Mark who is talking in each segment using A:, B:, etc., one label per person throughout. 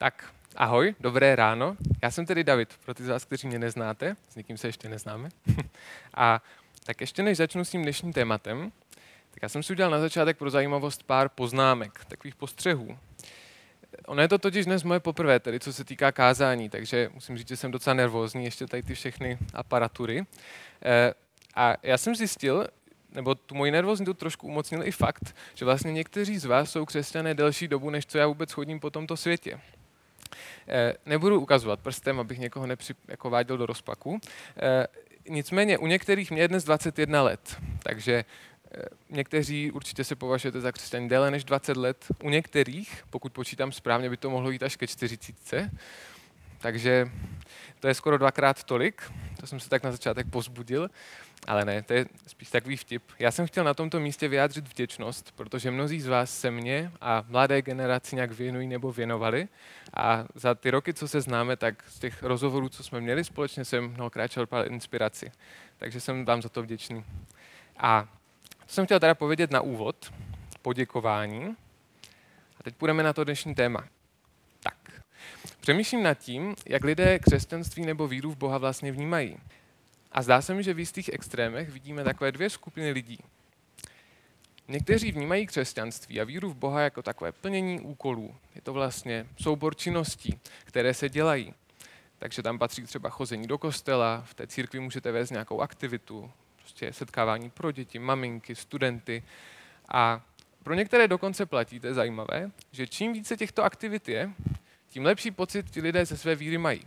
A: Tak, ahoj, dobré ráno. Já jsem tedy David, pro ty z vás, kteří mě neznáte, s někým se ještě neznáme. A tak ještě než začnu s tím dnešním tématem, tak já jsem si udělal na začátek pro zajímavost pár poznámek, takových postřehů. Ono je to totiž dnes moje poprvé, tedy co se týká kázání, takže musím říct, že jsem docela nervózní, ještě tady ty všechny aparatury. A já jsem zjistil, nebo tu moji nervozitu trošku umocnil i fakt, že vlastně někteří z vás jsou křesťané delší dobu, než co já vůbec chodím po tomto světě. Nebudu ukazovat prstem, abych někoho váděl do rozpaku. Nicméně u některých mě je dnes 21 let, takže někteří určitě se považujete za křesťany déle než 20 let. U některých, pokud počítám správně, by to mohlo jít až ke 40. Takže to je skoro dvakrát tolik. To jsem se tak na začátek povzbudil. Ale ne, to je spíš takový vtip. Já jsem chtěl na tomto místě vyjádřit vděčnost, protože mnozí z vás se mně a mladé generaci nějak věnují nebo věnovali. A za ty roky, co se známe, tak z těch rozhovorů, co jsme měli společně, jsem mnohokrát čerpal inspiraci. Takže jsem vám za to vděčný. A to jsem chtěl teda povědět na úvod, poděkování. A teď půjdeme na to dnešní téma. Tak, přemýšlím nad tím, jak lidé křesťanství nebo víru v Boha vlastně vnímají. A zdá se mi, že v jistých extrémech vidíme takové dvě skupiny lidí. Někteří vnímají křesťanství a víru v Boha jako takové plnění úkolů. Je to vlastně soubor činností, které se dělají. Takže tam patří třeba chození do kostela, v té církvi můžete vést nějakou aktivitu, prostě setkávání pro děti, maminky, studenty. A pro některé dokonce platí, to je zajímavé, že čím více těchto aktivit je, tím lepší pocit ti lidé ze své víry mají.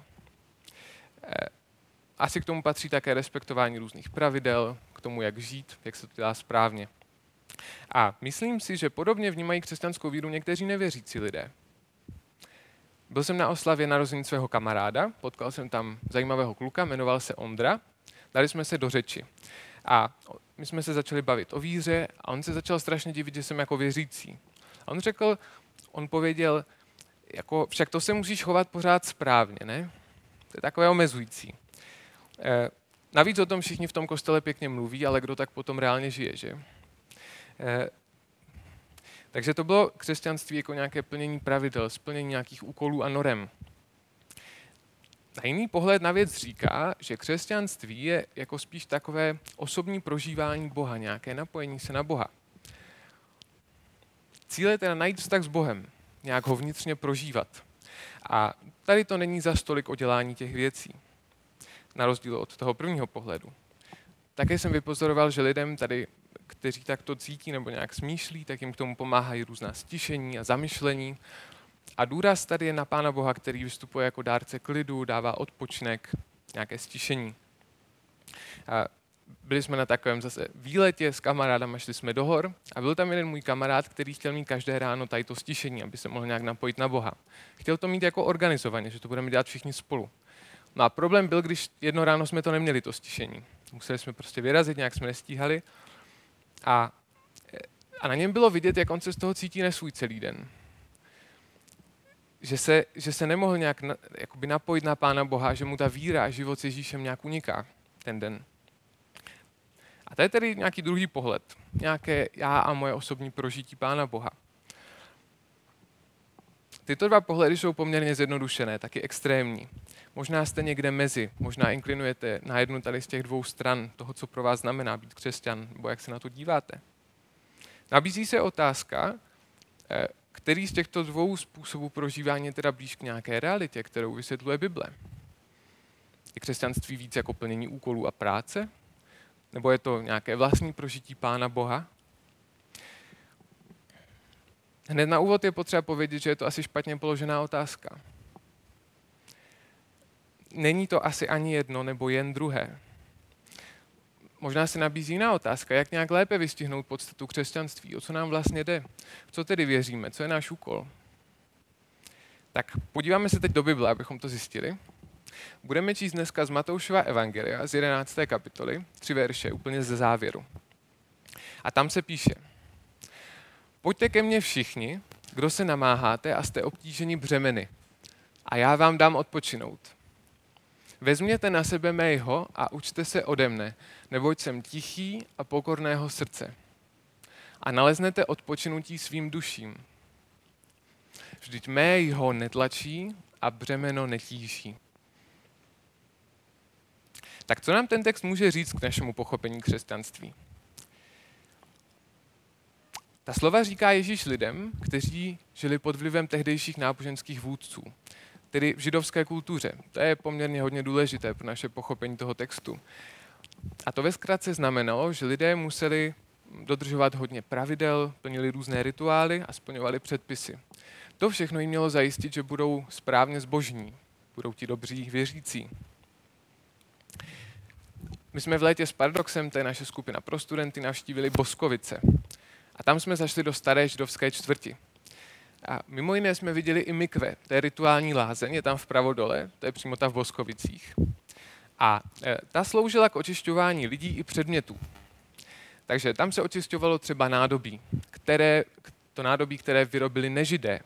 A: Asi k tomu patří také respektování různých pravidel, k tomu, jak žít, jak se to dělá správně. A myslím si, že podobně vnímají křesťanskou víru někteří nevěřící lidé. Byl jsem na oslavě narozenin svého kamaráda, potkal jsem tam zajímavého kluka, jmenoval se Ondra, dali jsme se do řeči. A my jsme se začali bavit o víře a on se začal strašně divit, že jsem jako věřící. A on pověděl, jako, však to se musíš chovat pořád správně, ne? To je takové omezující. Navíc o tom všichni v tom kostele pěkně mluví, ale kdo tak potom reálně žije, že? Takže to bylo křesťanství jako nějaké plnění pravidel, splnění nějakých úkolů a norem. A jiný pohled na věc říká, že křesťanství je jako spíš takové osobní prožívání Boha, nějaké napojení se na Boha. Cíl je teda najít vztah s Bohem, nějak ho vnitřně prožívat. A tady to není za stolik o dělání těch věcí, na rozdíl od toho prvního pohledu. Také jsem vypozoroval, že lidem tady, kteří takto cítí nebo nějak smýšlí, tak jim k tomu pomáhají různá stišení a zamyšlení. A důraz tady je na Pána Boha, který vystupuje jako dárce klidu, dává odpočinek, nějaké stišení. A byli jsme na takovém zase výletě s kamarádem, šli jsme do hor a byl tam jeden můj kamarád, který chtěl mít každé ráno tady to stišení, aby se mohl nějak napojit na Boha. Chtěl to mít jako organizovaně, že to budeme dělat všichni spolu. No a problém byl, když jedno ráno jsme to neměli, to stišení. Museli jsme prostě vyrazit, nějak jsme nestíhali. A na něm bylo vidět, jak on se z toho cítí nesvůj celý den. Že se nemohl nějak jakoby napojit na Pána Boha, že mu ta víra a život s Ježíšem nějak uniká ten den. A to je tedy nějaký druhý pohled. Nějaké já a moje osobní prožití Pána Boha. Tyto dva pohledy jsou poměrně zjednodušené, taky extrémní. Možná jste někde mezi, možná inklinujete na jednu tady z těch dvou stran toho, co pro vás znamená být křesťan, nebo jak se na to díváte. Nabízí se otázka, který z těchto dvou způsobů prožívání je teda blíž k nějaké realitě, kterou vysvětluje Bible. Je křesťanství víc jako plnění úkolů a práce? Nebo je to nějaké vlastní prožití Pána Boha? Hned na úvod je potřeba povědět, že je to asi špatně položená otázka. Není to asi ani jedno nebo jen druhé. Možná se nabízí jiná otázka, jak nějak lépe vystihnout podstatu křesťanství, o co nám vlastně jde, v co tedy věříme, co je náš úkol. Tak podíváme se teď do Bible, abychom to zjistili. Budeme číst dneska z Matoušova evangelia z 11. kapitoly, 3 verše, úplně ze závěru. A tam se píše: Pojďte ke mně všichni, kdo se namáháte a jste obtíženi břemeny, a já vám dám odpočinout. Vezměte na sebe mého a učte se ode mne, neboť jsem tichý a pokorného srdce. A naleznete odpočinutí svým duším. Vždyť mé jho netlačí a břemeno netíží. Tak co nám ten text může říct k našemu pochopení křesťanství? Ta slova říká Ježíš lidem, kteří žili pod vlivem tehdejších náboženských vůdců, tedy v židovské kultuře. To je poměrně hodně důležité pro naše pochopení toho textu. A to ve zkratce znamenalo, že lidé museli dodržovat hodně pravidel, plnili různé rituály a splňovali předpisy. To všechno jim mělo zajistit, že budou správně zbožní, budou ti dobří věřící. My jsme v létě s Paradoxem, to je naše skupina pro studenty, navštívili Boskovice. A tam jsme zašli do staré židovské čtvrti. A mimo jiné jsme viděli i mikve, to je rituální lázeň, je tam vpravo dole, to je přímo ta v Boskovicích. A ta sloužila k očišťování lidí i předmětů. Takže tam se očišťovalo třeba nádobí, které vyrobili nežidé.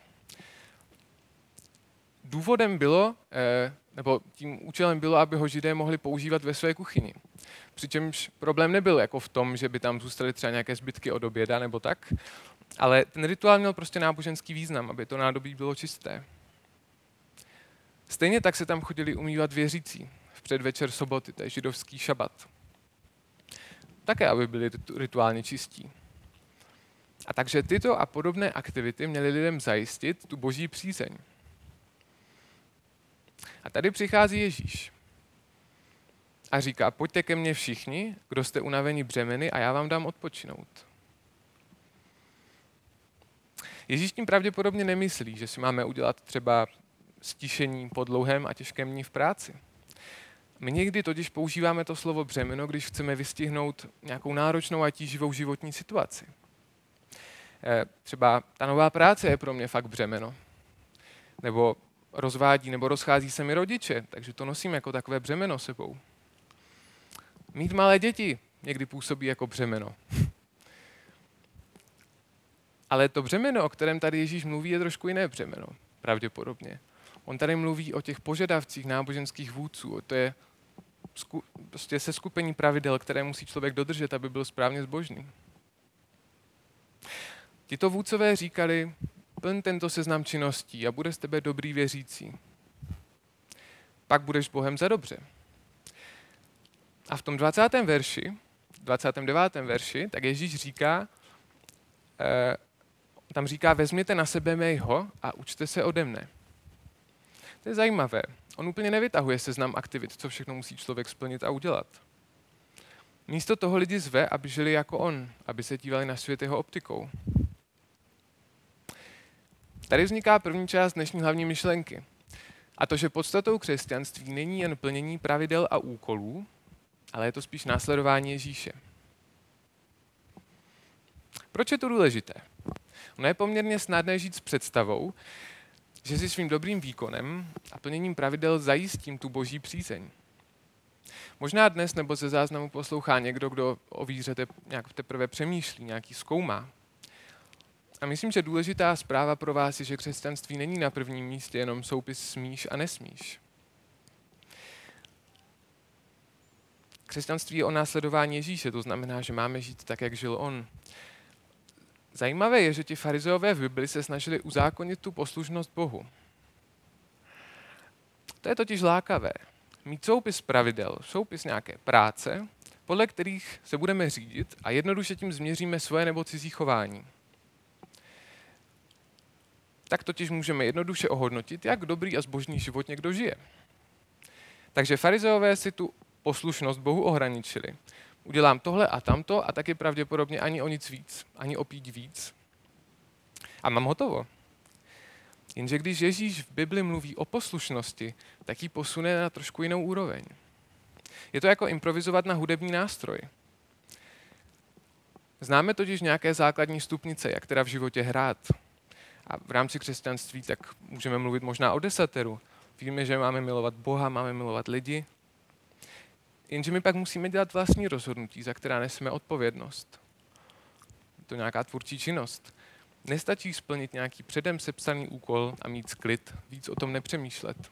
A: Důvodem bylo, nebo tím účelem bylo, aby ho židé mohli používat ve své kuchyni. Přičemž problém nebyl jako v tom, že by tam zůstaly třeba nějaké zbytky od oběda nebo tak, ale ten rituál měl prostě náboženský význam, aby to nádobí bylo čisté. Stejně tak se tam chodili umývat věřící v předvečer soboty, to je židovský šabat. Také, aby byli rituálně čistí. A takže tyto a podobné aktivity měly lidem zajistit tu boží přízeň. A tady přichází Ježíš a říká, pojďte ke mně všichni, kdo jste unaveni břemeny a já vám dám odpočinout. Ježíš tím pravděpodobně nemyslí, že si máme udělat třeba stišení po dlouhém a těžkém dni v práci. My někdy totiž používáme to slovo břemeno, když chceme vystihnout nějakou náročnou a tíživou životní situaci. Třeba ta nová práce je pro mě fakt břemeno. Nebo rozvádí nebo rozchází se mi rodiče, takže to nosím jako takové břemeno sebou. Mít malé děti někdy působí jako břemeno. Ale to břemeno, o kterém tady Ježíš mluví, je trošku jiné břemeno, pravděpodobně. On tady mluví o těch požadavcích náboženských vůdců. To je prostě seskupení pravidel, které musí člověk dodržet, aby byl správně zbožný. Tito vůdcové říkali, plň tento seznam činností a bude z tebe dobrý věřící. Pak budeš s Bohem za dobře. A v tom 29. verši, tak Ježíš říká, tam říká, vezměte na sebe mého a učte se ode mne. To je zajímavé. On úplně nevytahuje seznam aktivit, co všechno musí člověk splnit a udělat. Místo toho lidi zve, aby žili jako on, aby se dívali na svět jeho optikou. Tady vzniká první část dnešní hlavní myšlenky. A to, že podstatou křesťanství není jen plnění pravidel a úkolů, ale je to spíš následování Ježíše. Proč je to důležité? Ono je poměrně snadné žít s představou, že si svým dobrým výkonem a plněním pravidel zajistím tu boží přízeň. Možná dnes nebo ze záznamu poslouchá někdo, kdo o víře nějak teprve přemýšlí, nějaký zkoumá. A myslím, že důležitá zpráva pro vás je, že křesťanství není na prvním místě jenom soupis smíš a nesmíš. Křesťanství je o následování Ježíše, to znamená, že máme žít tak, jak žil on. Zajímavé je, že ti farizeové v Bibli se snažili uzákonit tu poslušnost Bohu. To je totiž lákavé. Mít soupis pravidel, soupis nějaké práce, podle kterých se budeme řídit a jednoduše tím změříme svoje nebo cizí chování. Tak totiž můžeme jednoduše ohodnotit, jak dobrý a zbožný život někdo žije. Takže farizeové si tu poslušnost Bohu ohraničili. Udělám tohle a tamto a taky pravděpodobně ani o nic víc, ani o píď víc. A mám hotovo. Jenže když Ježíš v Bibli mluví o poslušnosti, tak ji posune na trošku jinou úroveň. Je to jako improvizovat na hudební nástroj. Známe totiž nějaké základní stupnice, jak teda v životě hrát. A v rámci křesťanství tak můžeme mluvit možná o desateru. Víme, že máme milovat Boha, máme milovat lidi. Jenže my pak musíme dělat vlastní rozhodnutí, za která neseme odpovědnost. Je to nějaká tvůrčí činnost. Nestačí splnit nějaký předem sepsaný úkol a mít klid, víc o tom nepřemýšlet.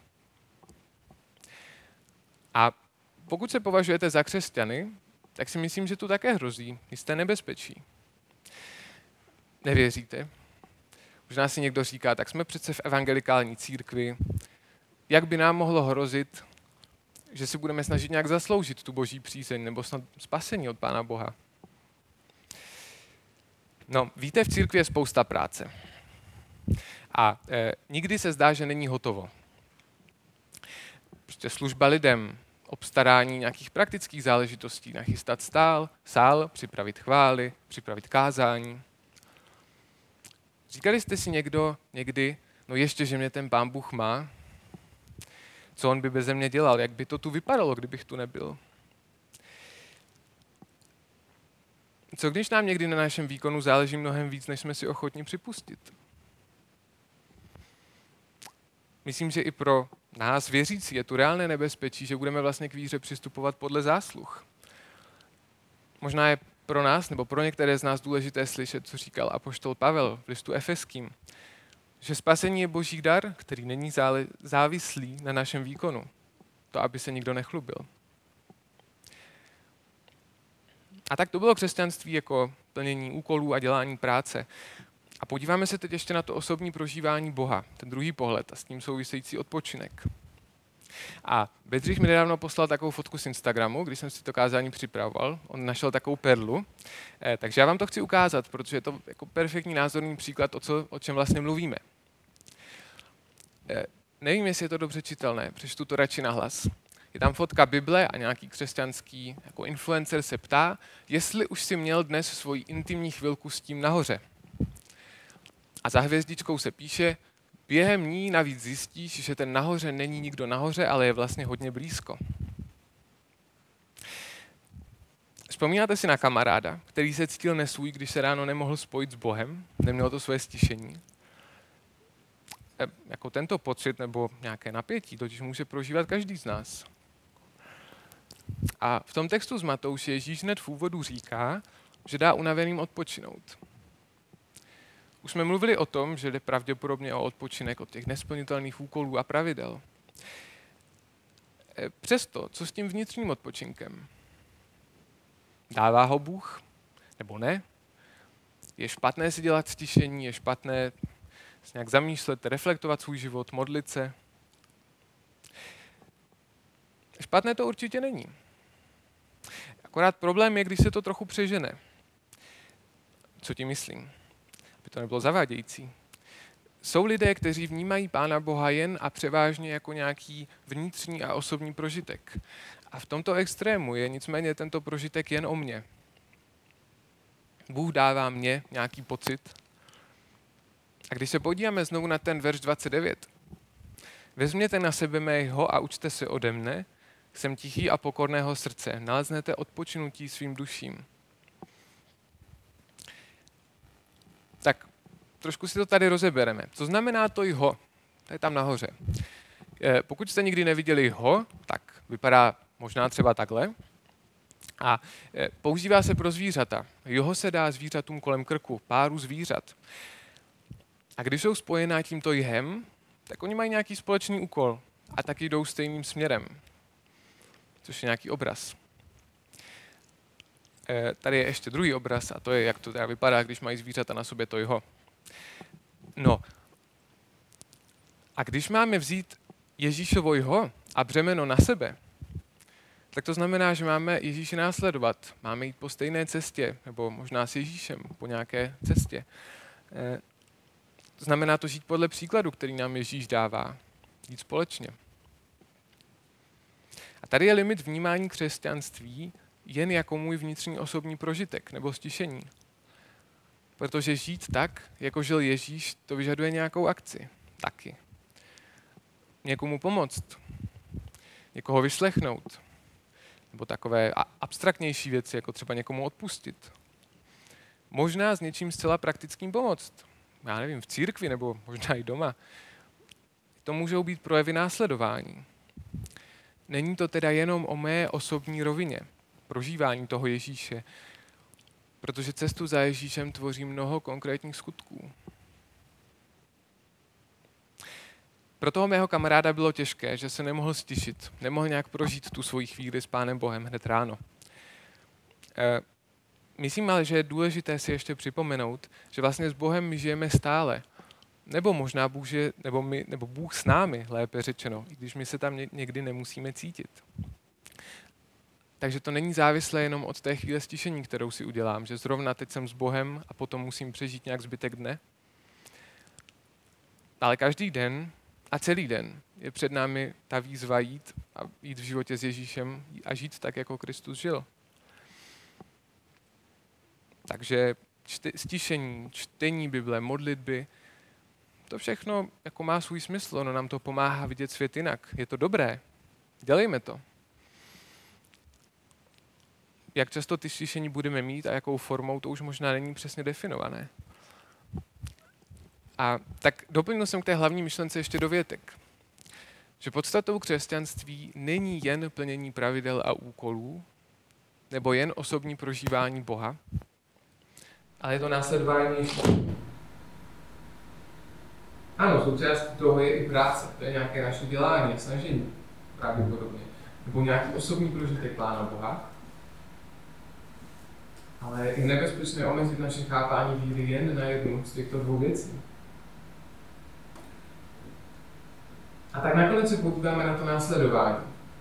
A: A pokud se považujete za křesťany, tak si myslím, že tu také hrozí jisté nebezpečí. Nevěříte? Možná si někdo říká, tak jsme přece v evangelikální církvi, jak by nám mohlo hrozit, že si budeme snažit nějak zasloužit tu boží přízeň nebo snad spasení od Pána Boha. No, víte, v církvi je spousta práce. A nikdy se zdá, že není hotovo. Prostě služba lidem, obstarání nějakých praktických záležitostí, nachystat sál, připravit chvály, připravit kázání. Říkali jste si někdy, no ještě, že mě ten Pán Bůh má, co on by beze mě dělal, jak by to tu vypadalo, kdybych tu nebyl. Co když nám někdy na našem výkonu záleží mnohem víc, než jsme si ochotni připustit? Myslím, že i pro nás věřící je tu reálné nebezpečí, že budeme vlastně k víře přistupovat podle zásluh. Možná je pro nás nebo pro některé z nás důležité slyšet, co říkal apoštol Pavel v listu Efeským, že spasení je boží dar, který není závislý na našem výkonu. To, aby se nikdo nechlubil. A tak to bylo křesťanství jako plnění úkolů a dělání práce. A podíváme se teď ještě na to osobní prožívání Boha, ten druhý pohled a s tím související odpočinek. A Bedřich mi nedávno poslal takovou fotku z Instagramu, když jsem si to kázání připravoval. On našel takovou perlu, takže já vám to chci ukázat, protože je to jako perfektní názorný příklad, o čem vlastně mluvíme. Nevím, jestli je to dobře čitelné, přečtu to radši nahlas. Je tam fotka Bible a nějaký křesťanský jako influencer se ptá, jestli už si měl dnes svoji intimní chvilku s tím nahoře. A za hvězdičkou se píše, během ní navíc zjistíš, že ten nahoře není nikdo nahoře, ale je vlastně hodně blízko. Vzpomínáte si na kamaráda, který se cítil nesvůj, když se ráno nemohl spojit s Bohem, neměl to své stišení? Jako tento pocit nebo nějaké napětí totiž může prožívat každý z nás. A v tom textu z Matouše Ježíš hned v úvodu říká, že dá unaveným odpočinout. Už jsme mluvili o tom, že jde pravděpodobně o odpočinek od těch nesplnitelných úkolů a pravidel. Přesto, co s tím vnitřním odpočinkem? Dává ho Bůh? Nebo ne? Je špatné si dělat stišení, je špatné nějak zamýšlet, reflektovat svůj život, modlit se? Špatné to určitě není. Akorát problém je, když se to trochu přežene. Co tím myslím? Aby to nebylo zavádějící. Jsou lidé, kteří vnímají Pána Boha jen a převážně jako nějaký vnitřní a osobní prožitek. A v tomto extrému je nicméně tento prožitek jen o mně. Bůh dává mně nějaký pocit. A když se podíváme znovu na ten verš 29, vezměte na sebe mého a učte se ode mne, jsem tichý a pokorného srdce, naleznete odpočinutí svým duším. Tak trošku si to tady rozebereme. Co znamená to jho? To je tam nahoře. Pokud jste nikdy neviděli jho, tak vypadá možná třeba takhle. A používá se pro zvířata. Jho se dá zvířatům kolem krku, páru zvířat. A když jsou spojená tímto jhem, tak oni mají nějaký společný úkol a taky jdou stejným směrem. Což je nějaký obraz. Tady je ještě druhý obraz a to je, jak to teda vypadá, když mají zvířata na sobě to jho. No, a když máme vzít Ježíšovo jho a břemeno na sebe, tak to znamená, že máme Ježíše následovat. Máme jít po stejné cestě, nebo možná s Ježíšem po nějaké cestě. Znamená to žít podle příkladu, který nám Ježíš dává. Jít společně. A tady je limit vnímání křesťanství jen jako můj vnitřní osobní prožitek nebo stišení. Protože žít tak, jako žil Ježíš, to vyžaduje nějakou akci. Taky. Někomu pomoct. Někoho vyslechnout. Nebo takové abstraktnější věci, jako třeba někomu odpustit. Možná s něčím zcela praktickým pomoct. Já nevím, v církvi nebo možná i doma. To můžou být projevy následování. Není to teda jenom o mé osobní rovině, prožívání toho Ježíše, protože cestu za Ježíšem tvoří mnoho konkrétních skutků. Pro toho mého kamaráda bylo těžké, že se nemohl stišit, nemohl nějak prožít tu svoji chvíli s Pánem Bohem hned ráno. Myslím ale, že je důležité si ještě připomenout, že vlastně s Bohem my žijeme stále. Nebo možná nebo Bůh s námi, lépe řečeno, i když my se tam někdy nemusíme cítit. Takže to není závislé jenom od té chvíle stišení, kterou si udělám, že zrovna teď jsem s Bohem a potom musím přežít nějak zbytek dne. Ale každý den a celý den je před námi ta výzva jít v životě s Ježíšem a žít tak, jako Kristus žil. Takže stišení, čtení Bible, modlitby, to všechno jako má svůj smysl, ono nám to pomáhá vidět svět jinak. Je to dobré, dělejme to. Jak často ty stišení budeme mít a jakou formou, to už možná není přesně definované. A tak doplnil jsem k té hlavní myšlence ještě dovětek, že podstatou křesťanství není jen plnění pravidel a úkolů, nebo jen osobní prožívání Boha, ale je to následování Ježíše. Ano, součástí toho je i práce, to je nějaké naše dělání, snažení, pravděpodobně. Nebo nějaký osobní prožitek Pána Boha. Ale je nebezpečné omezit naše chápání víry jen na jednu z těchto dvou věcí. A tak nakonec se podíváme na to následování.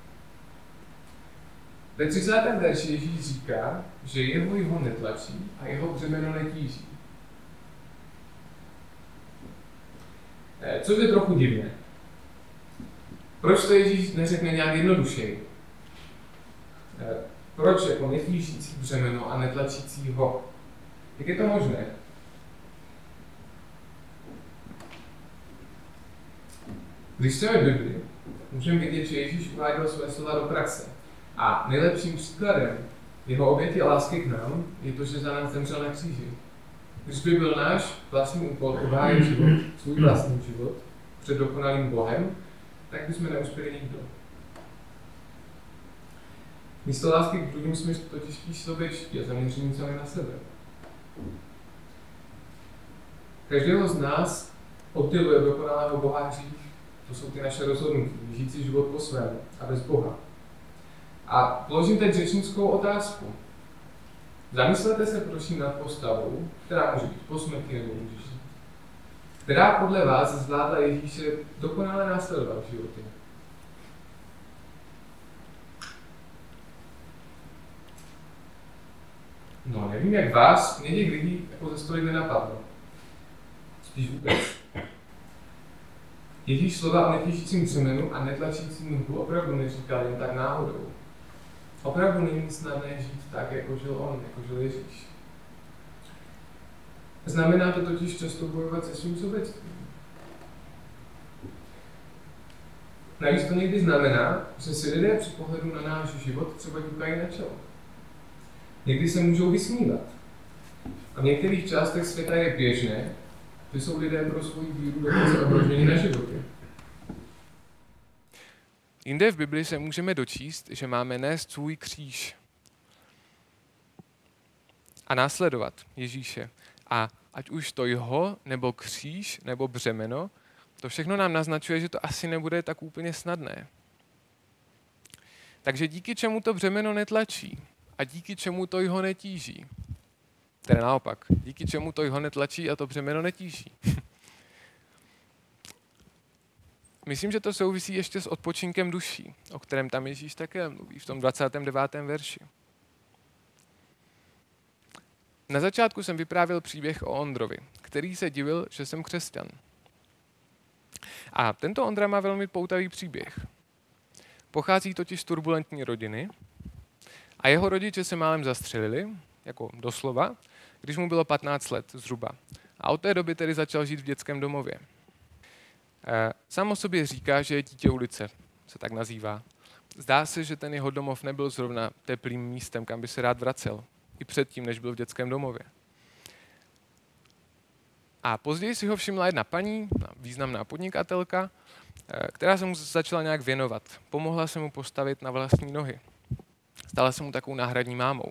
A: Ve 30. verši Ježíš říká, že jeho netlačí a jeho břemeno netíží. Což je trochu divné. Proč to Ježíš neřekne nějak jednodušeji? Proč jako netížící břemeno a netlačící ho? Jak je to možné? Když čteme Bibli, můžeme vidět, že Ježíš uváděl své slova do praxe. A nejlepším příkladem jeho oběti a lásky k nám je to, že za nás zemřel na kříži. Když by byl náš vlastní úkol obhájit život, svůj vlastní život, před dokonalým Bohem, tak bychom neuspěli nikdo. Místo lásky k druhým jsme totiž spíš sobečtí a zaměření sami na sebe. Každého z nás odděluje dokonalého Boha hřích. To jsou ty naše rozhodnutí, žít si život po svém a bez Boha. A položím teď řečnickou otázku. Zamyslete se prosím nad postavou, která může být po smrti nebo může žít. Která podle vás zvládla Ježíše dokonale následovat v životě. No, nevím jak vás, mě těch lidí jako ze stolik nenapadlo. Spíš vůbec. Ježíš slova o netížícím břemenu a netlačícím nohu opravdu neříkal jen tak náhodou. Opravdu není snadné žít tak, jako žil on, jako žil Ježíš. Znamená to totiž často bojovat se svým sobectvím. Navíc to někdy znamená, že si lidé při pohledu na náš život třeba ťukají na čelo. Někdy se můžou vysmívat. A v některých částech světa je běžné, že jsou lidé pro svou víru dokonce ohroženi na životě. Jinde v Bibli se můžeme dočíst, že máme nést svůj kříž a následovat Ježíše. A ať už to jeho, nebo kříž, nebo břemeno, to všechno nám naznačuje, že to asi nebude tak úplně snadné. Takže díky čemu to břemeno netlačí a díky čemu to jeho netíží. Tedy naopak, díky čemu to jeho netlačí a to břemeno netíží. Myslím, že to souvisí ještě s odpočinkem duší, o kterém tam Ježíš také mluví v tom 29. verši. Na začátku jsem vyprávěl příběh o Ondrovi, který se divil, že jsem křesťan. A tento Ondra má velmi poutavý příběh. Pochází totiž z turbulentní rodiny a jeho rodiče se málem zastřelili, jako doslova, když mu bylo 15 let zhruba. A od té doby tedy začal žít v dětském domově. Sám o sobě říká, že je dítě ulice, se tak nazývá. Zdá se, že ten jeho domov nebyl zrovna teplým místem, kam by se rád vracel. I předtím, než byl v dětském domově. A později si ho všimla jedna paní, významná podnikatelka, která se mu začala nějak věnovat. Pomohla se mu postavit na vlastní nohy. Stala se mu takovou náhradní mámou.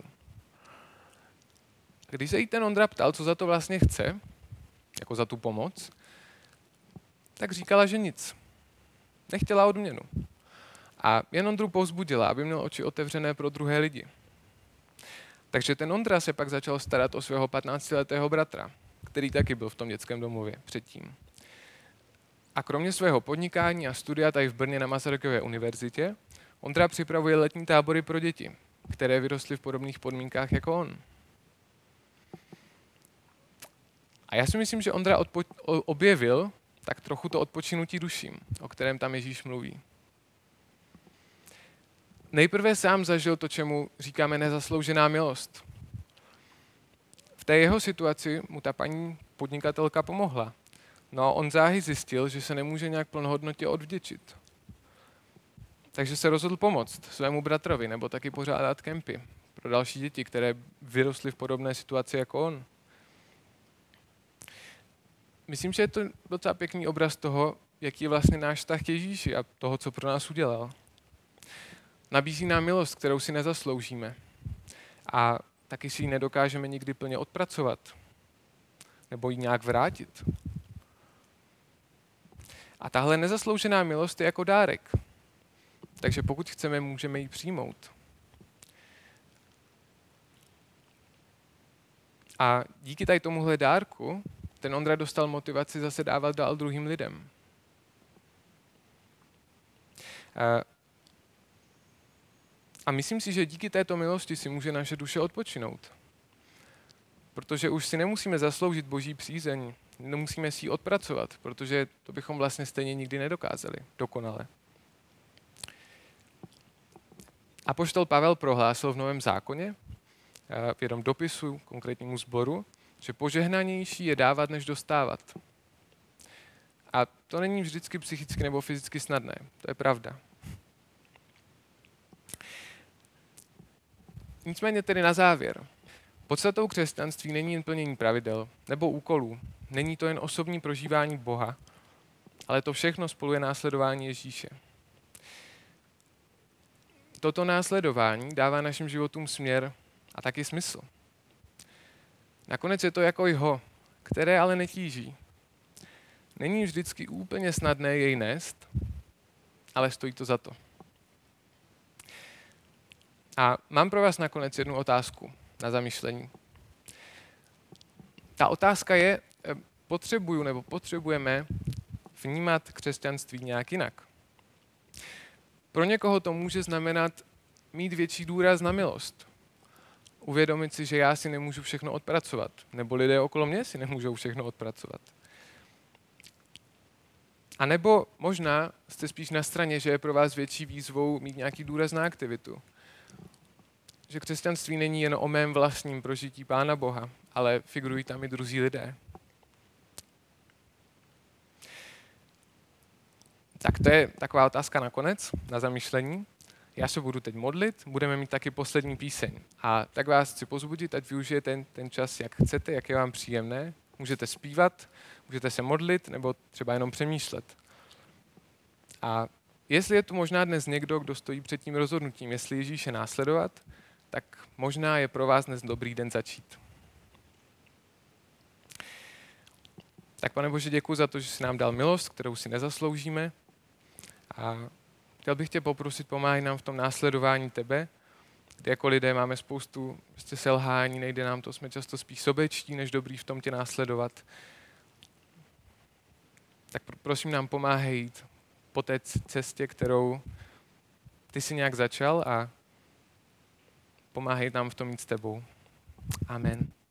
A: Když se jí ten Ondra ptal, co za to vlastně chce, jako za tu pomoc, tak říkala, že nic. Nechtěla odměnu. A jen Ondru povzbudila, aby měl oči otevřené pro druhé lidi. Takže ten Ondra se pak začal starat o svého 15letého bratra, který taky byl v tom dětském domově předtím. A kromě svého podnikání a studia tady v Brně na Masarykově univerzitě, Ondra připravuje letní tábory pro děti, které vyrostly v podobných podmínkách jako on. A já si myslím, že Ondra objevil tak trochu to odpočinutí duším, o kterém tam Ježíš mluví. Nejprve sám zažil to, čemu říkáme nezasloužená milost. V té jeho situaci mu ta paní podnikatelka pomohla. No a on záhy zjistil, že se nemůže nějak plnohodnotně odvděčit. Takže se rozhodl pomoct svému bratrovi nebo taky pořádat kempy pro další děti, které vyrostly v podobné situaci jako on. Myslím, že je to docela pěkný obraz toho, jaký je vlastně náš vztah k Ježíši a toho, co pro nás udělal. Nabízí nám milost, kterou si nezasloužíme. A taky si ji nedokážeme nikdy plně odpracovat. Nebo ji nějak vrátit. A tahle nezasloužená milost je jako dárek. Takže pokud chceme, můžeme ji přijmout. A díky tady tomuhle dárku ten Ondra dostal motivaci zase dávat dál druhým lidem. A myslím si, že díky této milosti si může naše duše odpočinout. Protože už si nemusíme zasloužit Boží přízeň, nemusíme si ji odpracovat, protože to bychom vlastně stejně nikdy nedokázali dokonale. Apoštol Pavel prohlásil v Novém zákoně, v jednom dopisu konkrétnímu sboru, že požehnanější je dávat, než dostávat. A to není vždycky psychicky nebo fyzicky snadné, to je pravda. Nicméně tedy na závěr. Podstatou křesťanství není jen plnění pravidel nebo úkolů. Není to jen osobní prožívání Boha, ale to všechno spolu je následování Ježíše. Toto následování dává našim životům směr a taky smysl. Nakonec je to jako jho, které ale netíží. Není vždycky úplně snadné jej nést, ale stojí to za to. A mám pro vás nakonec jednu otázku na zamyšlení. Ta otázka je, potřebujeme vnímat křesťanství nějak jinak. Pro někoho to může znamenat mít větší důraz na milost. Uvědomit si, že já si nemůžu všechno odpracovat, nebo lidé okolo mě si nemůžou všechno odpracovat. A nebo možná jste spíš na straně, že je pro vás větší výzvou mít nějaký důraz na aktivitu. Že křesťanství není jen o mém vlastním prožití Pána Boha, ale figurují tam i druzí lidé. Tak to je taková otázka nakonec, na zamyšlení. Já se budu teď modlit, budeme mít taky poslední píseň. A tak vás chci pozbudit, ať využijete ten čas, jak chcete, jak je vám příjemné. Můžete zpívat, můžete se modlit, nebo třeba jenom přemýšlet. A jestli je tu možná dnes někdo, kdo stojí před tím rozhodnutím, jestli Ježíše následovat, tak možná je pro vás dnes dobrý den začít. Tak Pane Bože, děkuji za to, že jsi nám dal milost, kterou si nezasloužíme. A chtěl bych tě poprosit, pomáhaj nám v tom následování tebe, kdy jako lidé máme spoustu selhání, nejde nám to, jsme často spíš sobečtí, než dobrý v tom tě následovat. Tak prosím nám pomáhej jít po té cestě, kterou ty jsi nějak začal a pomáhej nám v tom jít s tebou. Amen.